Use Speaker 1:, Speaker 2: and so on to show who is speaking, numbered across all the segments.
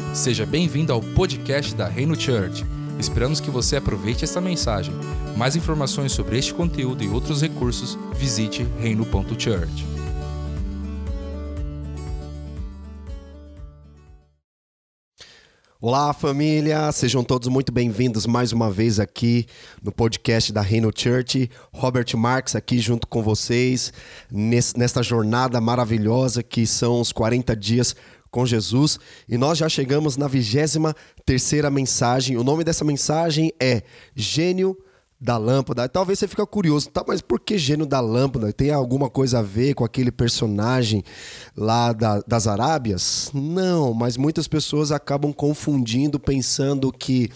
Speaker 1: Seja bem-vindo ao podcast da Reino Church. Esperamos que você aproveite esta mensagem. Mais informações sobre este conteúdo e outros recursos, visite reino.church.
Speaker 2: Olá, família! Sejam todos muito bem-vindos mais uma vez aqui no podcast da Reino Church. Robert Marques aqui junto com vocês nesta jornada maravilhosa que são os 40 dias com Jesus. E nós já chegamos na 23ª mensagem. O nome dessa mensagem é Gênio da Lâmpada. Talvez você fique curioso, tá? Mas por que Gênio da Lâmpada? Tem alguma coisa a ver com aquele personagem lá das Arábias? Não, mas muitas pessoas acabam confundindo, pensando que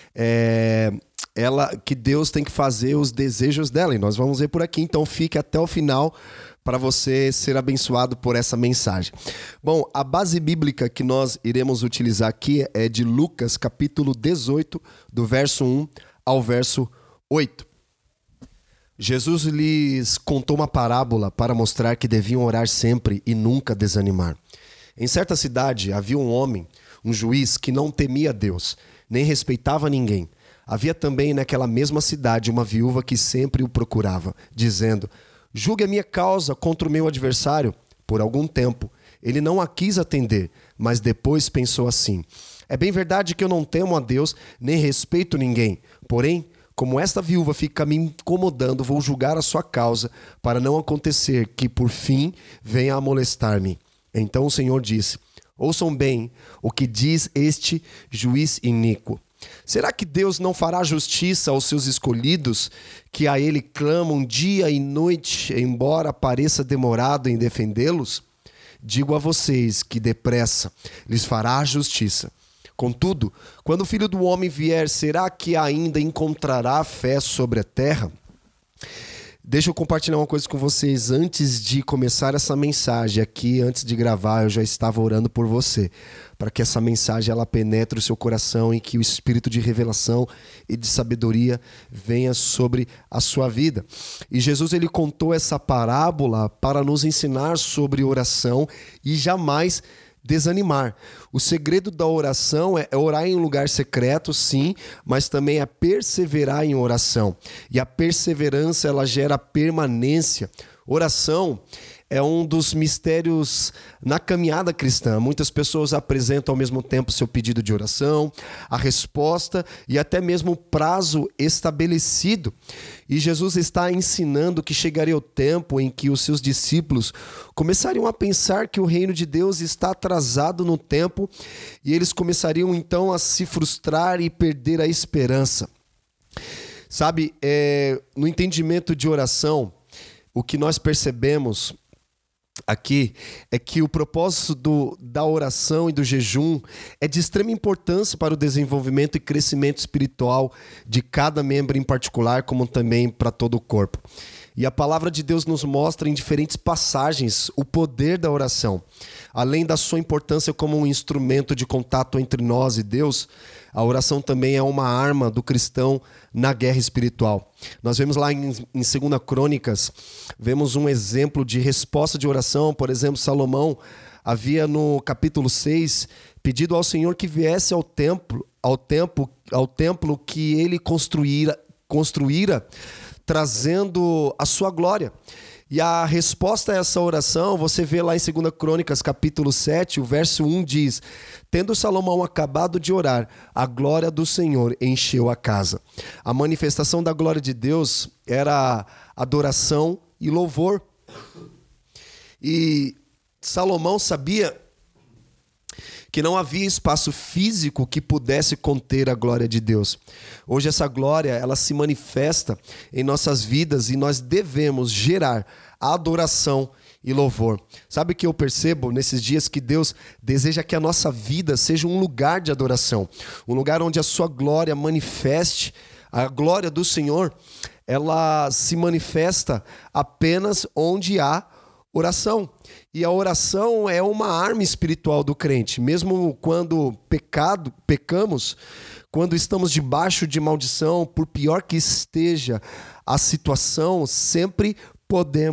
Speaker 2: que Deus tem que fazer os desejos dela. E nós vamos ver por aqui, então fique até o final para você ser abençoado por essa mensagem. Bom, a base bíblica que nós iremos utilizar aqui é de Lucas, capítulo 18, do verso 1 ao verso 8. Jesus lhes contou uma parábola para mostrar que deviam orar sempre e nunca desanimar. Em certa cidade havia um homem, um juiz, que não temia Deus, nem respeitava ninguém. Havia também naquela mesma cidade uma viúva que sempre o procurava, dizendo: julgue a minha causa contra o meu adversário. Por algum tempo, ele não a quis atender, mas depois pensou assim: é bem verdade que eu não temo a Deus, nem respeito ninguém. Porém, como esta viúva fica me incomodando, vou julgar a sua causa, para não acontecer que, por fim, venha a molestar-me. Então o Senhor disse: ouçam bem o que diz este juiz iníquo. Será que Deus não fará justiça aos seus escolhidos, que a Ele clamam dia e noite, embora pareça demorado em defendê-los? Digo a vocês que depressa lhes fará justiça. Contudo, quando o Filho do Homem vier, será que ainda encontrará fé sobre a terra? Deixa eu compartilhar uma coisa com vocês. Antes de começar essa mensagem aqui, antes de gravar, eu já estava orando por você, para que essa mensagem ela penetre o seu coração e que o espírito de revelação e de sabedoria venha sobre a sua vida. E Jesus ele contou essa parábola para nos ensinar sobre oração e jamais desanimar. O segredo da oração é orar em um lugar secreto, sim, mas também é perseverar em oração. E a perseverança, ela gera permanência. Oração é um dos mistérios na caminhada cristã. Muitas pessoas apresentam ao mesmo tempo seu pedido de oração, a resposta e até mesmo o prazo estabelecido. E Jesus está ensinando que chegaria o tempo em que os seus discípulos começariam a pensar que o reino de Deus está atrasado no tempo e eles começariam então a se frustrar e perder a esperança. Sabe, no entendimento de oração, o que nós percebemos aqui é que o propósito da oração e do jejum é de extrema importância para o desenvolvimento e crescimento espiritual de cada membro em particular, como também para todo o corpo. E a palavra de Deus nos mostra em diferentes passagens o poder da oração. Além da sua importância como um instrumento de contato entre nós e Deus, a oração também é uma arma do cristão na guerra espiritual. Nós vemos lá em 2 Crônicas, vemos um exemplo de resposta de oração. Por exemplo, Salomão havia no capítulo 6 pedido ao Senhor que viesse ao templo que ele construíra trazendo a sua glória. E a resposta a essa oração, você vê lá em 2 Crônicas, capítulo 7, o verso 1 diz: tendo Salomão acabado de orar, a glória do Senhor encheu a casa. A manifestação da glória de Deus era adoração e louvor. E Salomão sabia que não havia espaço físico que pudesse conter a glória de Deus. Hoje essa glória, ela se manifesta em nossas vidas e nós devemos gerar adoração e louvor. Sabe o que eu percebo nesses dias? Que Deus deseja que a nossa vida seja um lugar de adoração, um lugar onde a sua glória manifeste. A glória do Senhor, ela se manifesta apenas onde há oração. E a oração é uma arma espiritual do crente. Mesmo quando pecamos, quando estamos debaixo de maldição, por pior que esteja a situação, sempre podemos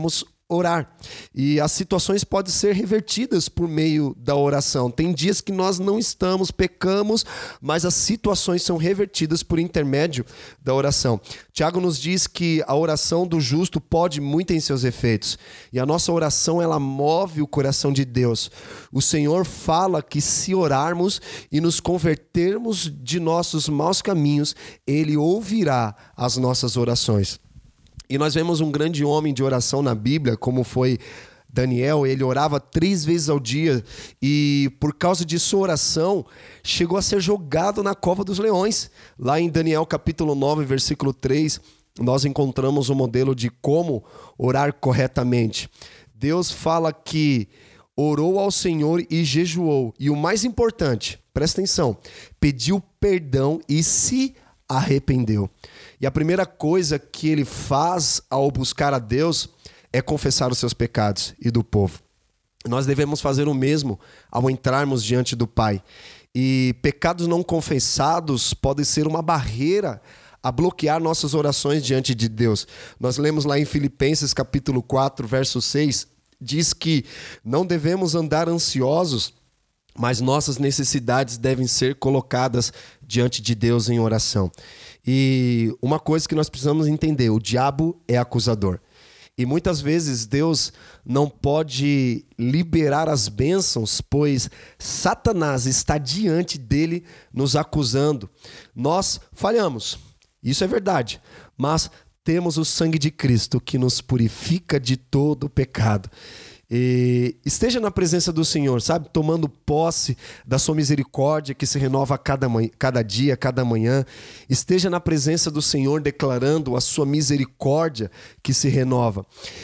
Speaker 2: orar. E as situações podem ser revertidas por meio da oração. Tem dias que nós não estamos, pecamos, mas as situações são revertidas por intermédio da oração. Tiago nos diz que a oração do justo pode muito em seus efeitos. E a nossa oração, ela move o coração de Deus. O Senhor fala que se orarmos e nos convertermos de nossos maus caminhos, Ele ouvirá as nossas orações. E nós vemos um grande homem de oração na Bíblia, como foi Daniel. Ele orava 3 vezes ao dia e, por causa de sua oração, chegou a ser jogado na cova dos leões. Lá em Daniel capítulo 9, versículo 3, nós encontramos um modelo de como orar corretamente. Deus fala que orou ao Senhor e jejuou. E o mais importante, presta atenção, pediu perdão e se arrependeu. E a primeira coisa que ele faz ao buscar a Deus é confessar os seus pecados e do povo. Nós devemos fazer o mesmo ao entrarmos diante do Pai. E pecados não confessados podem ser uma barreira a bloquear nossas orações diante de Deus. Nós lemos lá em Filipenses capítulo 4, verso 6, diz que não devemos andar ansiosos, mas nossas necessidades devem ser colocadas diante de Deus em oração. E uma coisa que nós precisamos entender, o diabo é acusador. E muitas vezes Deus não pode liberar as bênçãos, pois Satanás está diante dele nos acusando. Nós falhamos, isso é verdade, mas temos o sangue de Cristo que nos purifica de todo o pecado. E esteja na presença do Senhor, sabe? Tomando posse da sua misericórdia que se renova a cada dia, cada manhã. Esteja na presença do Senhor declarando a sua misericórdia que se renova.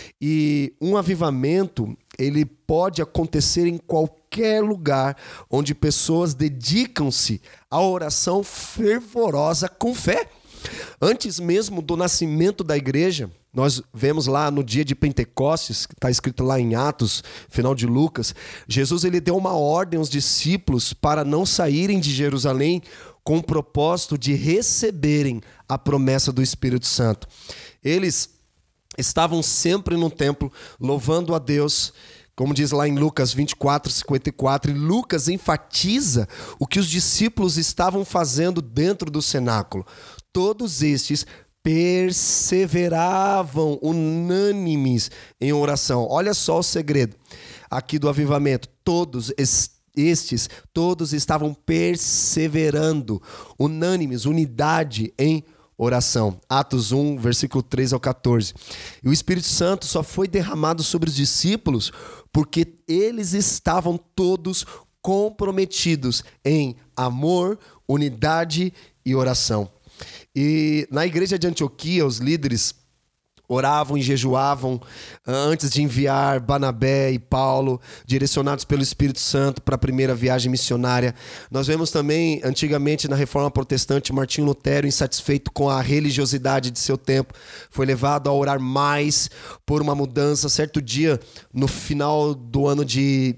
Speaker 2: E um avivamento, ele pode acontecer em qualquer lugar onde pessoas dedicam-se à oração fervorosa com fé. Antes mesmo do nascimento da igreja, nós vemos lá no dia de Pentecostes, que está escrito lá em Atos, final de Lucas, Jesus ele deu uma ordem aos discípulos para não saírem de Jerusalém com o propósito de receberem a promessa do Espírito Santo. Eles estavam sempre no templo, louvando a Deus, como diz lá em Lucas 24, 54, e Lucas enfatiza o que os discípulos estavam fazendo dentro do cenáculo. Todos estes perseveravam unânimes em oração. Olha só o segredo aqui do avivamento. Todos estavam perseverando, unânimes, unidade em oração. Atos 1, versículo 3 ao 14. E o Espírito Santo só foi derramado sobre os discípulos porque eles estavam todos comprometidos em amor, unidade e oração. E na igreja de Antioquia, os líderes oravam e jejuavam antes de enviar Barnabé e Paulo, direcionados pelo Espírito Santo para a primeira viagem missionária. Nós vemos também, antigamente, na Reforma Protestante, Martinho Lutero, insatisfeito com a religiosidade de seu tempo, foi levado a orar mais por uma mudança. Certo dia, no final do ano de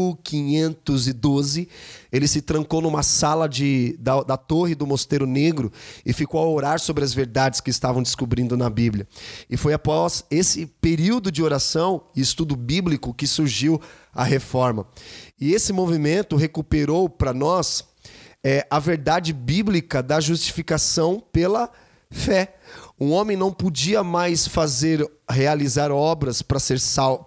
Speaker 2: 1512, ele se trancou numa sala da torre do Mosteiro Negro e ficou a orar sobre as verdades que estavam descobrindo na Bíblia. E foi após esse período de oração e estudo bíblico que surgiu a Reforma. E esse movimento recuperou para nós a verdade bíblica da justificação pela fé. Um homem não podia mais realizar obras para se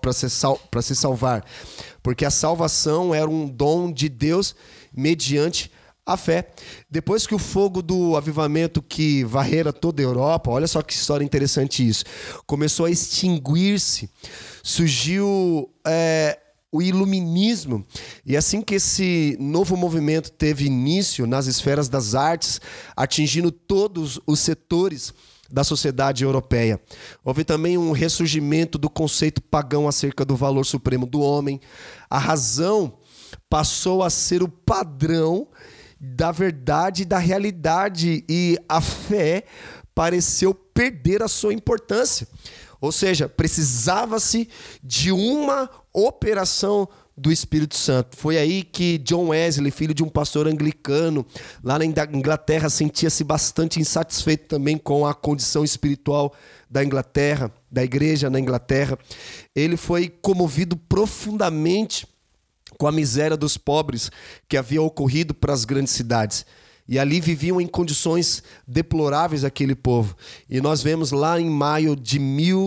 Speaker 2: salvar, porque a salvação era um dom de Deus mediante a fé. Depois que o fogo do avivamento que varrera toda a Europa, olha só que história interessante isso, começou a extinguir-se, surgiu o iluminismo. E assim que esse novo movimento teve início nas esferas das artes, atingindo todos os setores da sociedade europeia. Houve também um ressurgimento do conceito pagão acerca do valor supremo do homem. A razão passou a ser o padrão da verdade e da realidade, e a fé pareceu perder a sua importância. Ou seja, precisava-se de uma operação do Espírito Santo. Foi aí que John Wesley, filho de um pastor anglicano, lá na Inglaterra, sentia-se bastante insatisfeito também com a condição espiritual da Inglaterra. da igreja na Inglaterra, ele foi comovido profundamente com a miséria dos pobres que havia ocorrido para as grandes cidades. E ali viviam em condições deploráveis aquele povo. E nós vemos lá em maio de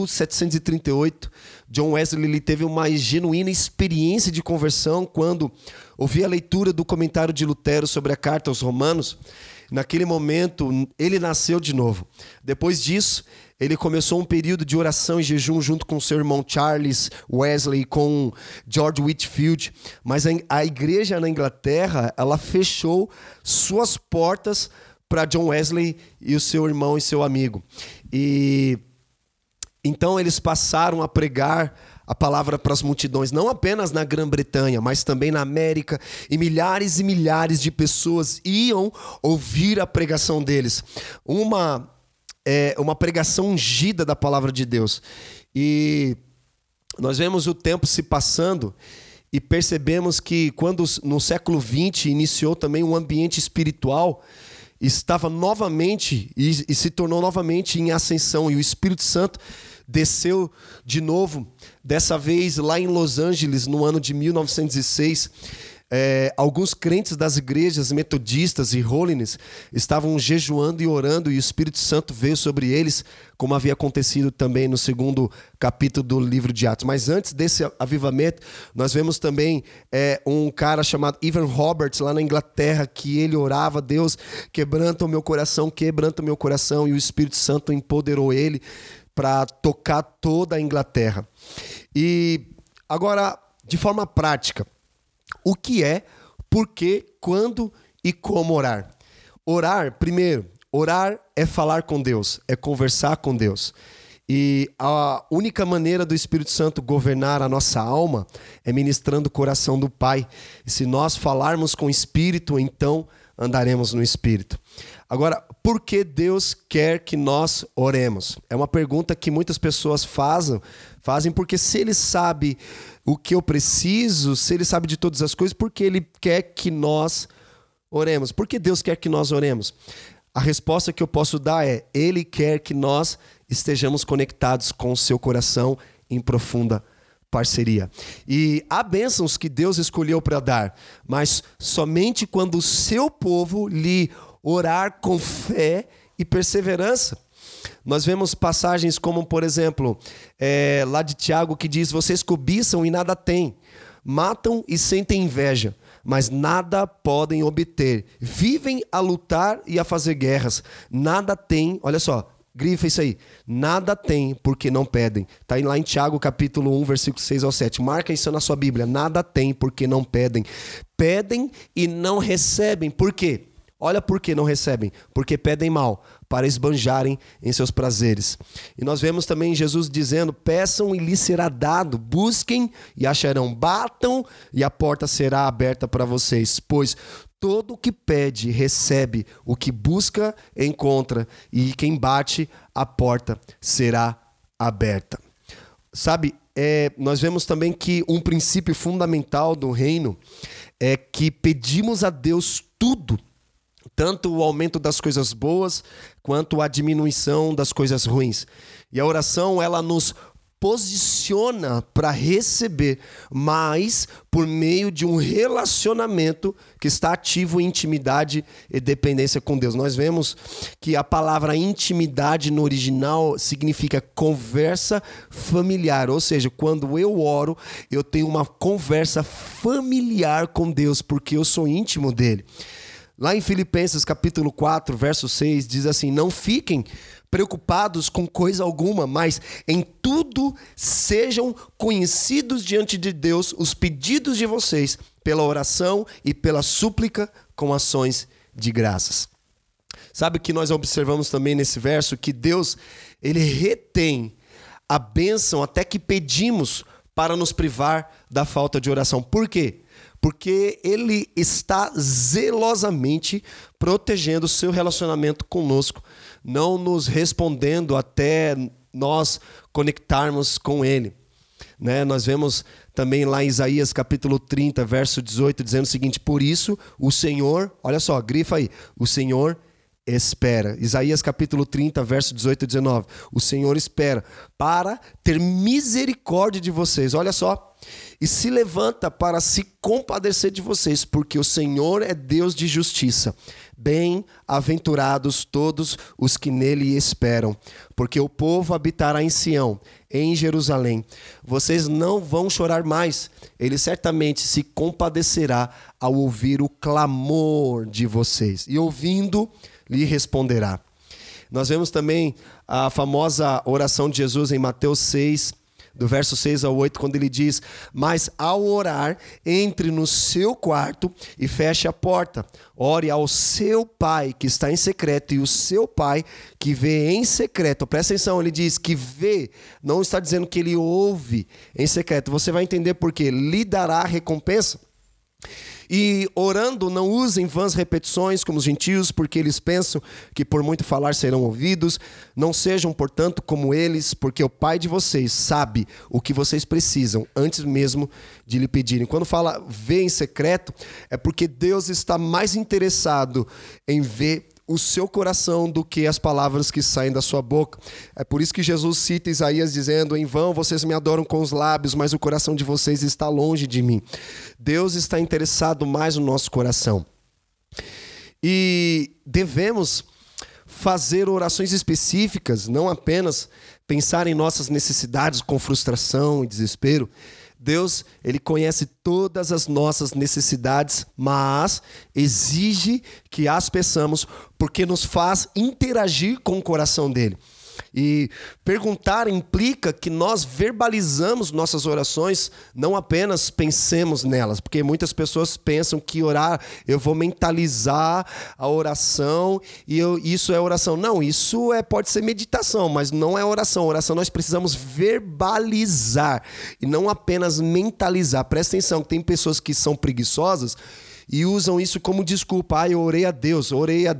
Speaker 2: 1738, John Wesley ele teve uma genuína experiência de conversão quando ouviu a leitura do comentário de Lutero sobre a carta aos Romanos. Naquele momento, ele nasceu de novo. Depois disso, ele começou um período de oração e jejum junto com seu irmão Charles Wesley, com George Whitefield. Mas a igreja na Inglaterra, ela fechou suas portas para John Wesley e o seu irmão e seu amigo. E então eles passaram a pregar a palavra para as multidões, não apenas na Grã-Bretanha, mas também na América, e milhares de pessoas iam ouvir a pregação deles. Uma pregação ungida da palavra de Deus. E nós vemos o tempo se passando e percebemos que quando no século XX iniciou também um ambiente espiritual, estava novamente e se tornou novamente em ascensão, e o Espírito Santo desceu de novo, dessa vez lá em Los Angeles, no ano de 1906. Alguns crentes das igrejas metodistas e holiness estavam jejuando e orando, e o Espírito Santo veio sobre eles, como havia acontecido também no segundo capítulo do livro de Atos. Mas antes desse avivamento, nós vemos também um cara chamado Evan Roberts, lá na Inglaterra, que ele orava: Deus, quebranta o meu coração, e o Espírito Santo empoderou ele para tocar toda a Inglaterra. E agora, de forma prática, o que é, por quê, quando e como orar? Orar, primeiro, orar é falar com Deus, é conversar com Deus. E a única maneira do Espírito Santo governar a nossa alma é ministrando o coração do Pai. E se nós falarmos com o Espírito, então andaremos no Espírito. Agora, por que Deus quer que nós oremos? É uma pergunta que muitas pessoas fazem porque se Ele sabe o que eu preciso, se Ele sabe de todas as coisas, por que Ele quer que nós oremos? Por que Deus quer que nós oremos? A resposta que eu posso dar é: Ele quer que nós estejamos conectados com o seu coração em profunda parceria. E há bênçãos que Deus escolheu para dar, mas somente quando o seu povo lhe orar com fé e perseverança. Nós vemos passagens como, por exemplo, lá de Tiago, que diz: vocês cobiçam e nada têm, matam e sentem inveja, mas nada podem obter, vivem a lutar e a fazer guerras, nada têm, olha só, grifa isso aí, nada tem porque não pedem. Está lá em Tiago capítulo 1, versículo 6 ao 7. Marca isso na sua Bíblia. Nada tem porque não pedem. Pedem e não recebem. Por quê? Olha por que não recebem. Porque pedem mal, para esbanjarem em seus prazeres. E nós vemos também Jesus dizendo: peçam e lhes será dado, busquem e acharão, batam e a porta será aberta para vocês. Pois todo o que pede, recebe, o que busca, encontra, e quem bate, a porta será aberta. Sabe, nós vemos também que um princípio fundamental do reino é que pedimos a Deus tudo, tanto o aumento das coisas boas, quanto a diminuição das coisas ruins. E a oração, ela nos posiciona para receber, mas por meio de um relacionamento que está ativo em intimidade e dependência com Deus. Nós vemos que a palavra intimidade no original significa conversa familiar, ou seja, quando eu oro, eu tenho uma conversa familiar com Deus, porque eu sou íntimo dele. Lá em Filipenses capítulo 4, verso 6, diz assim: não fiquem preocupados com coisa alguma, mas em tudo sejam conhecidos diante de Deus os pedidos de vocês, pela oração e pela súplica com ações de graças. Sabe que nós observamos também nesse verso que Deus, ele retém a bênção até que pedimos para nos privar da falta de oração. Por quê? Porque ele está zelosamente protegendo o seu relacionamento conosco, não nos respondendo até nós conectarmos com ele. Nós vemos também lá em Isaías capítulo 30, verso 18, dizendo o seguinte: por isso o Senhor, olha só, grifa aí, o Senhor espera. Isaías capítulo 30, verso 18 e 19. O Senhor espera para ter misericórdia de vocês. Olha só. E se levanta para se compadecer de vocês, porque o Senhor é Deus de justiça. Bem-aventurados todos os que nele esperam, porque o povo habitará em Sião, em Jerusalém. Vocês não vão chorar mais. Ele certamente se compadecerá ao ouvir o clamor de vocês. E ouvindo, lhe responderá. Nós vemos também a famosa oração de Jesus em Mateus 6, do verso 6 ao 8, quando ele diz: mas ao orar, entre no seu quarto e feche a porta. Ore ao seu pai que está em secreto, e o seu pai que vê em secreto. Presta atenção, ele diz que vê, não está dizendo que ele ouve em secreto. Você vai entender por quê. Lhe dará recompensa. E orando, não usem vãs repetições como os gentios, porque eles pensam que por muito falar serão ouvidos. Não sejam, portanto, como eles, porque o Pai de vocês sabe o que vocês precisam, antes mesmo de lhe pedirem. Quando fala ver em secreto, é porque Deus está mais interessado em ver o seu coração do que as palavras que saem da sua boca. É por isso que Jesus cita Isaías dizendo: em vão vocês me adoram com os lábios, mas o coração de vocês está longe de mim. Deus está interessado mais no nosso coração. E devemos fazer orações específicas, não apenas pensar em nossas necessidades com frustração e desespero. Deus, ele conhece todas as nossas necessidades, mas exige que as peçamos, porque nos faz interagir com o coração dele. E perguntar implica que nós verbalizamos nossas orações, não apenas pensemos nelas, porque muitas pessoas pensam que orar, eu vou mentalizar a oração e isso é oração. Não, isso pode ser meditação, mas não é oração. Oração nós precisamos verbalizar e não apenas mentalizar. Presta atenção, que tem pessoas que são preguiçosas e usam isso como desculpa. Eu orei a Deus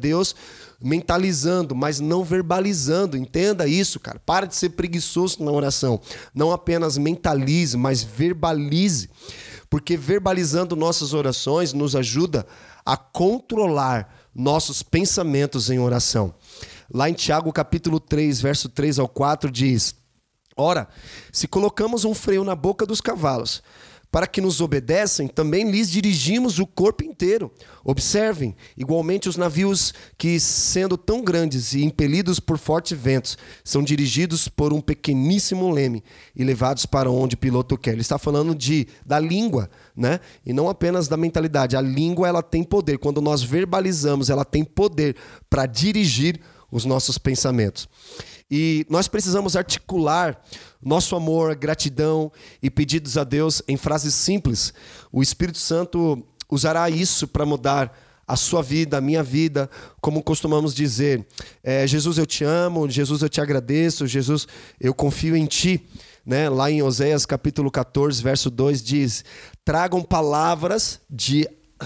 Speaker 2: mentalizando, mas não verbalizando. Entenda isso, cara. Para de ser preguiçoso na oração. Não apenas mentalize, mas verbalize. Porque verbalizando nossas orações nos ajuda a controlar nossos pensamentos em oração. Lá em Tiago capítulo 3, verso 3 ao 4 diz: ora, se colocamos um freio na boca dos cavalos, para que nos obedeçam, também lhes dirigimos o corpo inteiro. Observem, igualmente os navios que, sendo tão grandes e impelidos por fortes ventos, são dirigidos por um pequeníssimo leme e levados para onde o piloto quer. Ele está falando da língua, né? E não apenas da mentalidade. A língua, ela tem poder. Quando nós verbalizamos, ela tem poder para dirigir os nossos pensamentos. E nós precisamos articular nosso amor, gratidão e pedidos a Deus em frases simples. O Espírito Santo usará isso para mudar a sua vida, a minha vida, como costumamos dizer. Jesus, eu te amo. Jesus, eu te agradeço. Jesus, eu confio em ti. Né? Lá em Oséias capítulo 14, verso 2 diz: tragam palavras de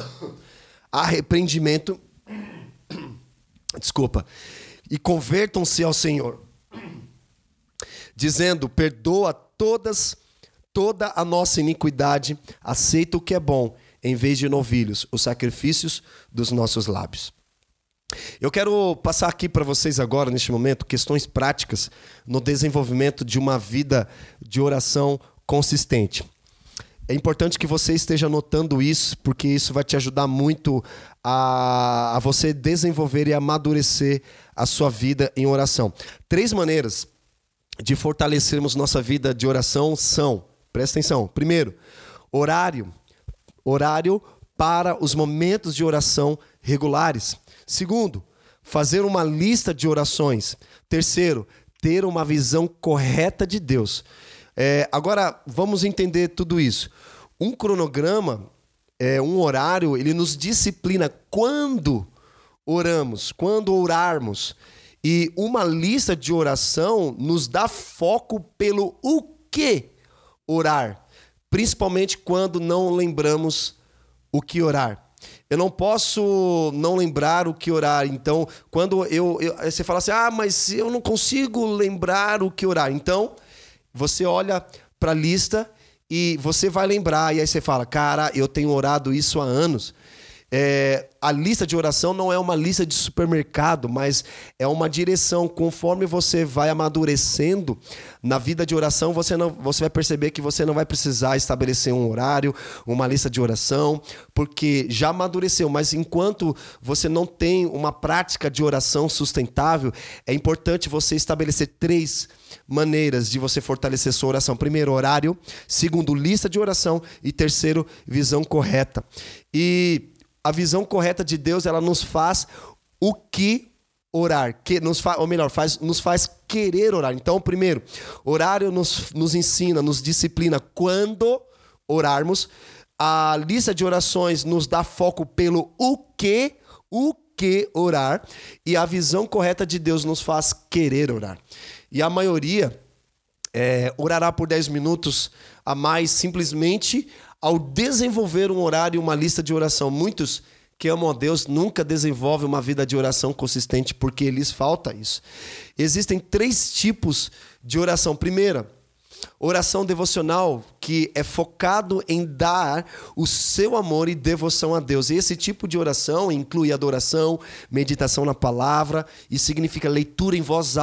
Speaker 2: arrependimento, e convertam-se ao Senhor, dizendo: perdoa toda a nossa iniquidade, aceita o que é bom, em vez de novilhos, os sacrifícios dos nossos lábios. Eu quero passar aqui para vocês agora, neste momento, questões práticas no desenvolvimento de uma vida de oração consistente. É importante que você esteja anotando isso, porque isso vai te ajudar muito a você desenvolver e amadurecer a sua vida em oração. 3 maneiras de fortalecermos nossa vida de oração são, presta atenção, primeiro, horário para os momentos de oração regulares. Segundo, fazer uma lista de orações. Terceiro, ter uma visão correta de Deus. Agora, vamos entender tudo isso. Um cronograma, um horário, ele nos disciplina quando oramos, quando orarmos. E uma lista de oração nos dá foco pelo o que orar, principalmente quando não lembramos o que orar. Eu não posso não lembrar o que orar. Então, quando você fala assim, mas eu não consigo lembrar o que orar. Então, você olha para a lista e você vai lembrar. E aí você fala, cara, eu tenho orado isso há anos. A lista de oração não é uma lista de supermercado, mas é uma direção. Conforme você vai amadurecendo na vida de oração, você vai perceber que você não vai precisar estabelecer um horário, uma lista de oração, porque já amadureceu. Mas enquanto você não tem uma prática de oração sustentável, é importante você estabelecer 3 maneiras de você fortalecer sua oração. Primeiro, horário. Segundo, lista de oração. E terceiro, visão correta. E a visão correta de Deus, ela nos faz o que orar, nos faz querer orar. Então, primeiro, horário nos ensina, nos disciplina quando orarmos. A lista de orações nos dá foco pelo o que orar. E a visão correta de Deus nos faz querer orar. E a maioria orará por 10 minutos a mais simplesmente ao desenvolver um horário e uma lista de oração. Muitos que amam a Deus nunca desenvolvem uma vida de oração consistente porque lhes falta isso. Existem 3 tipos de oração. Primeira, oração devocional, que é focado em dar o seu amor e devoção a Deus. E esse tipo de oração inclui adoração, meditação na palavra, e significa leitura em voz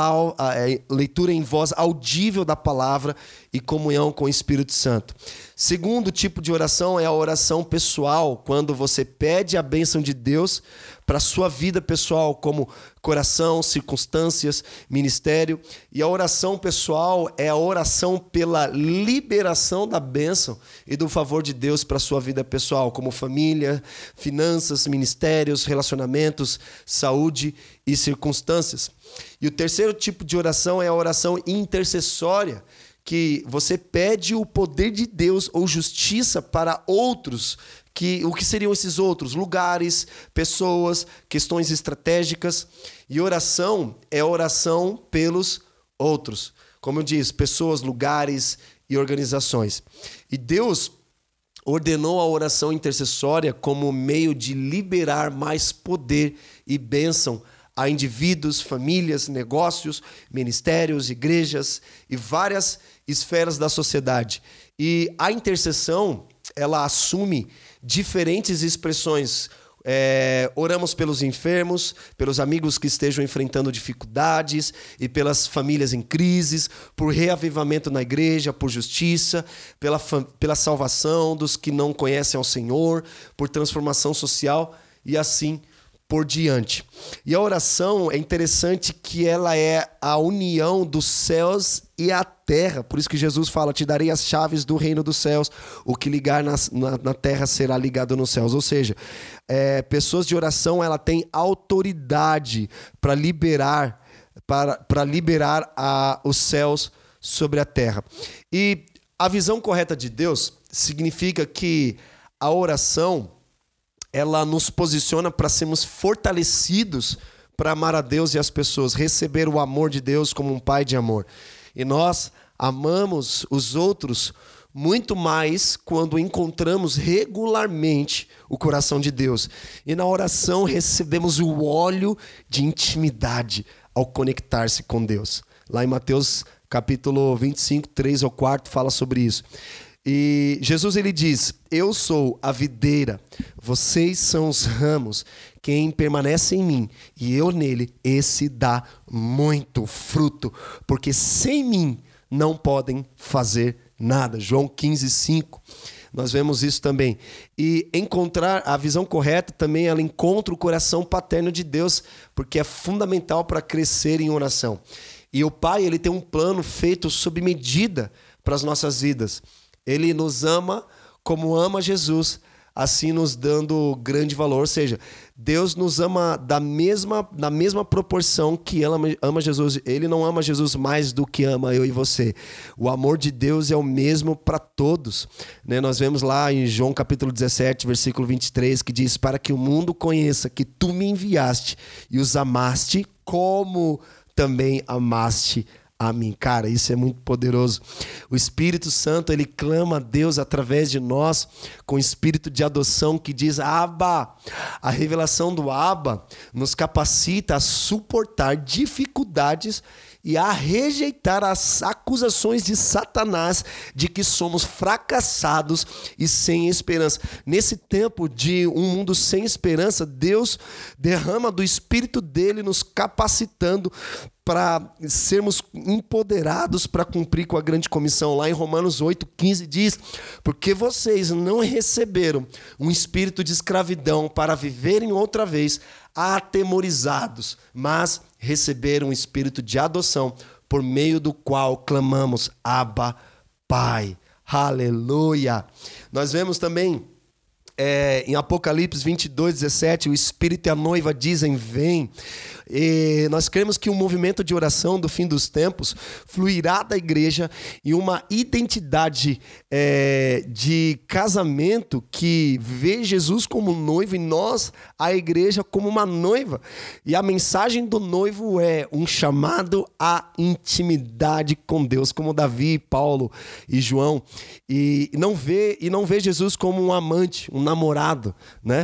Speaker 2: audível da palavra e comunhão com o Espírito Santo. Segundo tipo de oração é a oração pessoal, quando você pede a bênção de Deus para a sua vida pessoal, como coração, circunstâncias, ministério. E a oração pessoal é a oração pela liberação da bênção e do favor de Deus para a sua vida pessoal, como família, finanças, ministérios, relacionamentos, saúde e circunstâncias. E o terceiro tipo de oração é a oração intercessória, que você pede o poder de Deus ou justiça para outros. O que seriam esses outros? Lugares, pessoas, questões estratégicas. E oração é oração pelos outros. Como eu disse, pessoas, lugares e organizações. E Deus ordenou a oração intercessória como meio de liberar mais poder e bênção a indivíduos, famílias, negócios, ministérios, igrejas e várias esferas da sociedade. E a intercessão, ela assume diferentes expressões. Oramos pelos enfermos, pelos amigos que estejam enfrentando dificuldades e pelas famílias em crises, por reavivamento na igreja, por justiça, pela salvação dos que não conhecem ao Senhor, por transformação social e assim por diante. E a oração é interessante que ela é a união dos céus e a terra. Por isso que Jesus fala, te darei as chaves do reino dos céus. O que ligar na terra será ligado nos céus. Ou seja, pessoas de oração, ela tem autoridade para liberar os céus sobre a terra. E a visão correta de Deus significa que a oração, ela nos posiciona para sermos fortalecidos para amar a Deus e as pessoas, receber o amor de Deus como um pai de amor. E nós amamos os outros muito mais quando encontramos regularmente o coração de Deus. E na oração recebemos o óleo de intimidade ao conectar-se com Deus. Lá em Mateus capítulo 25, 3 ou 4 fala sobre isso. E Jesus, ele diz, eu sou a videira, vocês são os ramos, quem permanece em mim e eu nele, esse dá muito fruto, porque sem mim não podem fazer nada. João 15, 5, nós vemos isso também. E encontrar a visão correta também, ela encontra o coração paterno de Deus, porque é fundamental para crescer em oração. E o Pai, ele tem um plano feito sob medida para as nossas vidas. Ele nos ama como ama Jesus, assim nos dando grande valor. Ou seja, Deus nos ama da mesma proporção que ama Jesus. Ele não ama Jesus mais do que ama eu e você. O amor de Deus é o mesmo para todos. Nós vemos lá em João capítulo 17, versículo 23, que diz, para que o mundo conheça que tu me enviaste e os amaste como também amaste a mim. Cara, isso é muito poderoso. O Espírito Santo, ele clama a Deus através de nós com o espírito de adoção que diz Abba. A revelação do Abba nos capacita a suportar dificuldades e a rejeitar as acusações de Satanás de que somos fracassados e sem esperança. Nesse tempo de um mundo sem esperança, Deus derrama do Espírito dele nos capacitando para sermos empoderados para cumprir com a grande comissão. Lá em Romanos 8,15 diz: porque vocês não receberam um espírito de escravidão para viverem outra vez atemorizados, mas receberam um espírito de adoção, por meio do qual clamamos: Abba, Pai. Aleluia! Nós vemos também em Apocalipse 22:17, o Espírito e a noiva dizem: vem. E nós cremos que o movimento de oração do fim dos tempos fluirá da igreja em uma identidade de casamento que vê Jesus como noivo e nós, a igreja, como uma noiva. E a mensagem do noivo é um chamado à intimidade com Deus, como Davi, Paulo e João. E não vê Jesus como um amante, um namorado, né?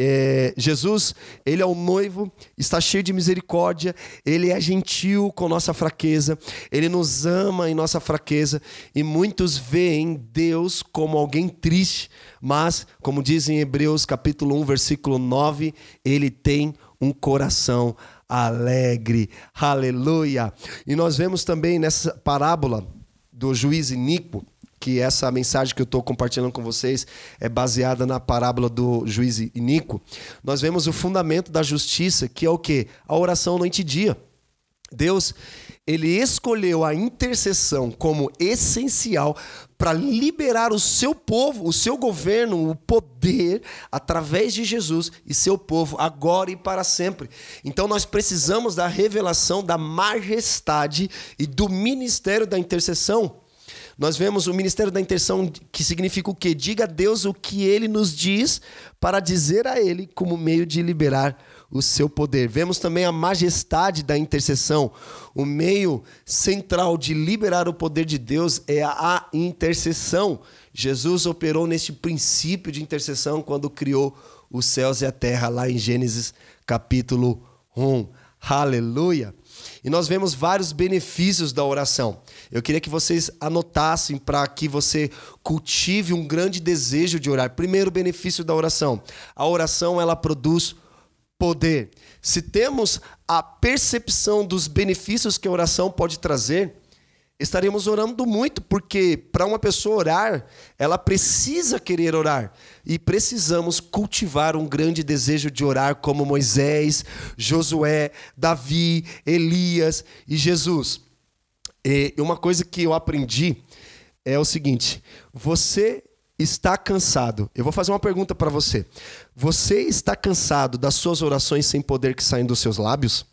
Speaker 2: Jesus, ele é o noivo, está cheio de misericórdia, ele é gentil com nossa fraqueza, ele nos ama em nossa fraqueza, e muitos veem Deus como alguém triste, mas, como diz em Hebreus capítulo 1, versículo 9, ele tem um coração alegre. Aleluia! E nós vemos também nessa parábola do juiz iníquo, que essa mensagem que eu estou compartilhando com vocês é baseada na parábola do juiz iníquo. Nós vemos o fundamento da justiça, que é o quê? A oração noite e dia. Deus, ele escolheu a intercessão como essencial para liberar o seu povo, o seu governo, o poder, através de Jesus e seu povo, agora e para sempre. Então nós precisamos da revelação da majestade e do ministério da intercessão. Nós vemos o ministério da intercessão, que significa o quê? Diga a Deus o que ele nos diz para dizer a ele como meio de liberar o seu poder. Vemos também a majestade da intercessão. O meio central de liberar o poder de Deus é a intercessão. Jesus operou neste princípio de intercessão quando criou os céus e a terra, lá em Gênesis capítulo 1. Aleluia! E nós vemos vários benefícios da oração. Eu queria que vocês anotassem para que você cultive um grande desejo de orar. Primeiro benefício da oração. A oração, ela produz poder. Se temos a percepção dos benefícios que a oração pode trazer, estaremos orando muito, porque para uma pessoa orar, ela precisa querer orar. E precisamos cultivar um grande desejo de orar, como Moisés, Josué, Davi, Elias e Jesus. E uma coisa que eu aprendi é o seguinte: você está cansado? Eu vou fazer uma pergunta para você. Você está cansado das suas orações sem poder que saem dos seus lábios?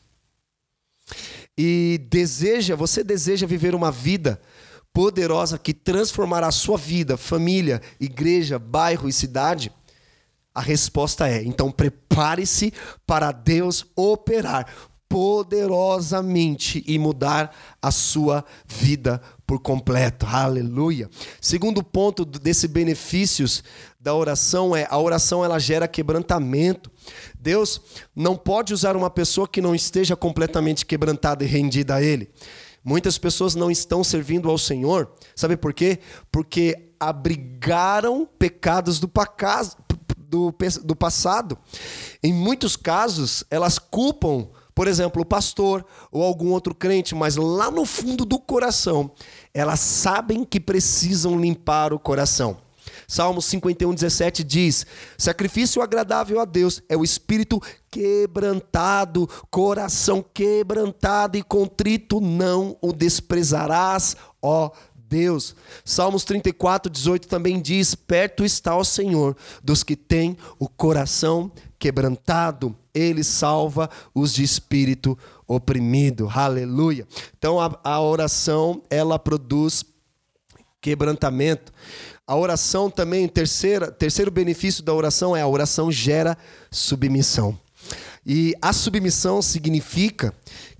Speaker 2: E você deseja viver uma vida poderosa que transformará a sua vida, família, igreja, bairro e cidade? A resposta é: então prepare-se para Deus operar poderosamente e mudar a sua vida por completo. Aleluia! Segundo ponto desse benefícios da oração é: a oração, ela gera quebrantamento. Deus não pode usar uma pessoa que não esteja completamente quebrantada e rendida a Ele. Muitas pessoas não estão servindo ao Senhor. Sabe por quê? Porque abrigaram pecados do passado. Em muitos casos, elas culpam, por exemplo, o pastor ou algum outro crente, mas lá no fundo do coração, elas sabem que precisam limpar o coração. Salmo 51:17 diz: sacrifício agradável a Deus é o espírito quebrantado, coração quebrantado e contrito não o desprezarás, ó Deus. Salmos 34:18 também diz: perto está o Senhor dos que têm o coração quebrantado, Ele salva os de espírito oprimido. Aleluia! Então a oração, ela produz quebrantamento. A oração também, terceiro benefício da oração é: a oração gera submissão. E a submissão significa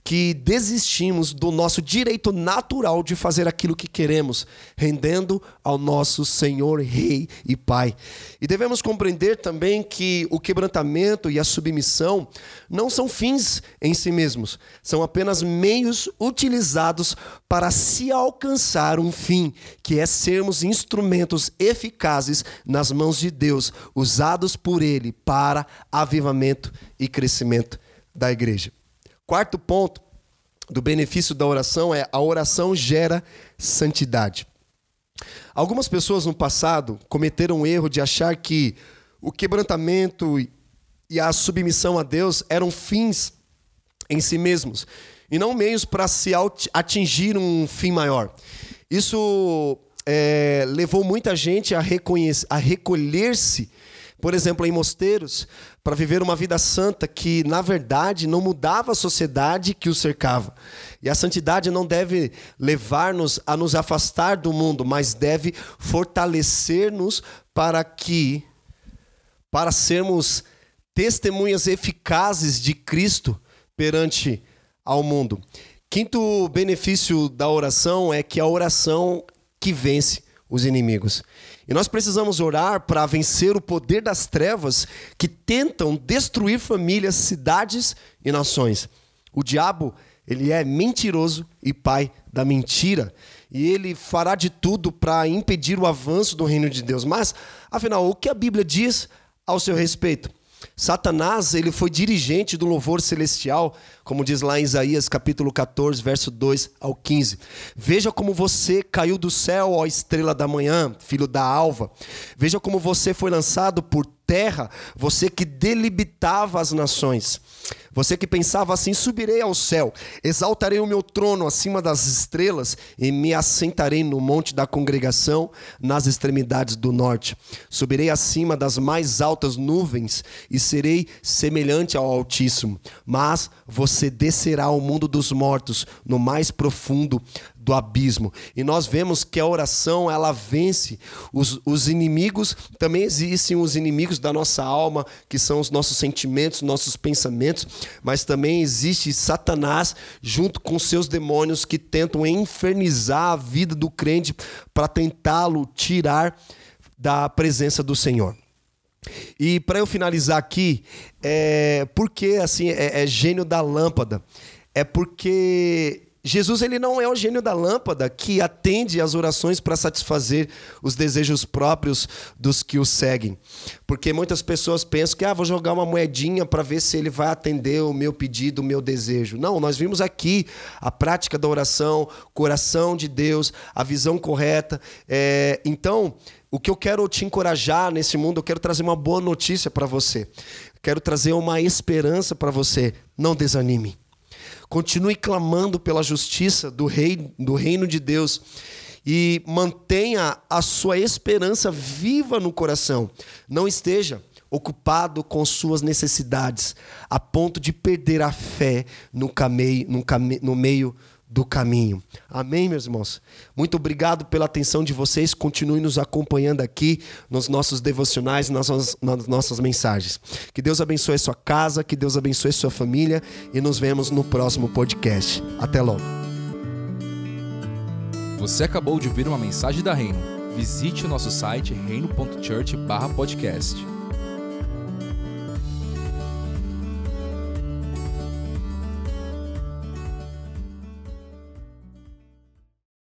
Speaker 2: que desistimos do nosso direito natural de fazer aquilo que queremos, rendendo ao nosso Senhor, Rei e Pai. E devemos compreender também que o quebrantamento e a submissão não são fins em si mesmos, são apenas meios utilizados para se alcançar um fim, que é sermos instrumentos eficazes nas mãos de Deus, usados por Ele para avivamento e crescimento da igreja. Quarto ponto do benefício da oração é: a oração gera santidade. Algumas pessoas no passado cometeram o erro de achar que o quebrantamento e a submissão a Deus eram fins em si mesmos e não meios para se atingir um fim maior. Isso levou muita gente a recolher-se, por exemplo, em mosteiros, para viver uma vida santa que, na verdade, não mudava a sociedade que o cercava. E a santidade não deve levar-nos a nos afastar do mundo, mas deve fortalecer-nos para sermos testemunhas eficazes de Cristo perante ao mundo. Quinto benefício da oração é que a oração que vence os inimigos. E nós precisamos orar para vencer o poder das trevas que tentam destruir famílias, cidades e nações. O diabo, ele é mentiroso e pai da mentira. E ele fará de tudo para impedir o avanço do reino de Deus. Mas, afinal, o que a Bíblia diz ao seu respeito? Satanás, ele foi dirigente do louvor celestial, como diz lá em Isaías capítulo 14, verso 2 ao 15. Veja como você caiu do céu, ó estrela da manhã, filho da alva. Veja como você foi lançado por terra, você que delimitava as nações. Você que pensava assim: subirei ao céu, exaltarei o meu trono acima das estrelas e me assentarei no monte da congregação nas extremidades do norte. Subirei acima das mais altas nuvens e serei semelhante ao Altíssimo. Mas você descerá ao mundo dos mortos, no mais profundo do abismo. E nós vemos que a oração, ela vence os inimigos. Também existem os inimigos da nossa alma, que são os nossos sentimentos, nossos pensamentos, mas também existe Satanás junto com seus demônios que tentam infernizar a vida do crente para tentá-lo tirar da presença do Senhor. E para eu finalizar aqui, porque assim é gênio da lâmpada, é porque Jesus, ele não é o gênio da lâmpada que atende às orações para satisfazer os desejos próprios dos que o seguem. Porque muitas pessoas pensam que vou jogar uma moedinha para ver se ele vai atender o meu pedido, o meu desejo. Não, nós vimos aqui a prática da oração, o coração de Deus, a visão correta. Então, o que eu quero te encorajar nesse mundo, eu quero trazer uma boa notícia para você. Quero trazer uma esperança para você. Não desanime. Continue clamando pela justiça do reino de Deus e mantenha a sua esperança viva no coração. Não esteja ocupado com suas necessidades, a ponto de perder a fé no meio do caminho. Amém, meus irmãos? Muito obrigado pela atenção de vocês. Continue nos acompanhando aqui nos nossos devocionais, nas nossas mensagens. Que Deus abençoe a sua casa, que Deus abençoe a sua família e nos vemos no próximo podcast. Até logo.
Speaker 1: Você acabou de ouvir uma mensagem da Reino. Visite o nosso site reino.church/podcast.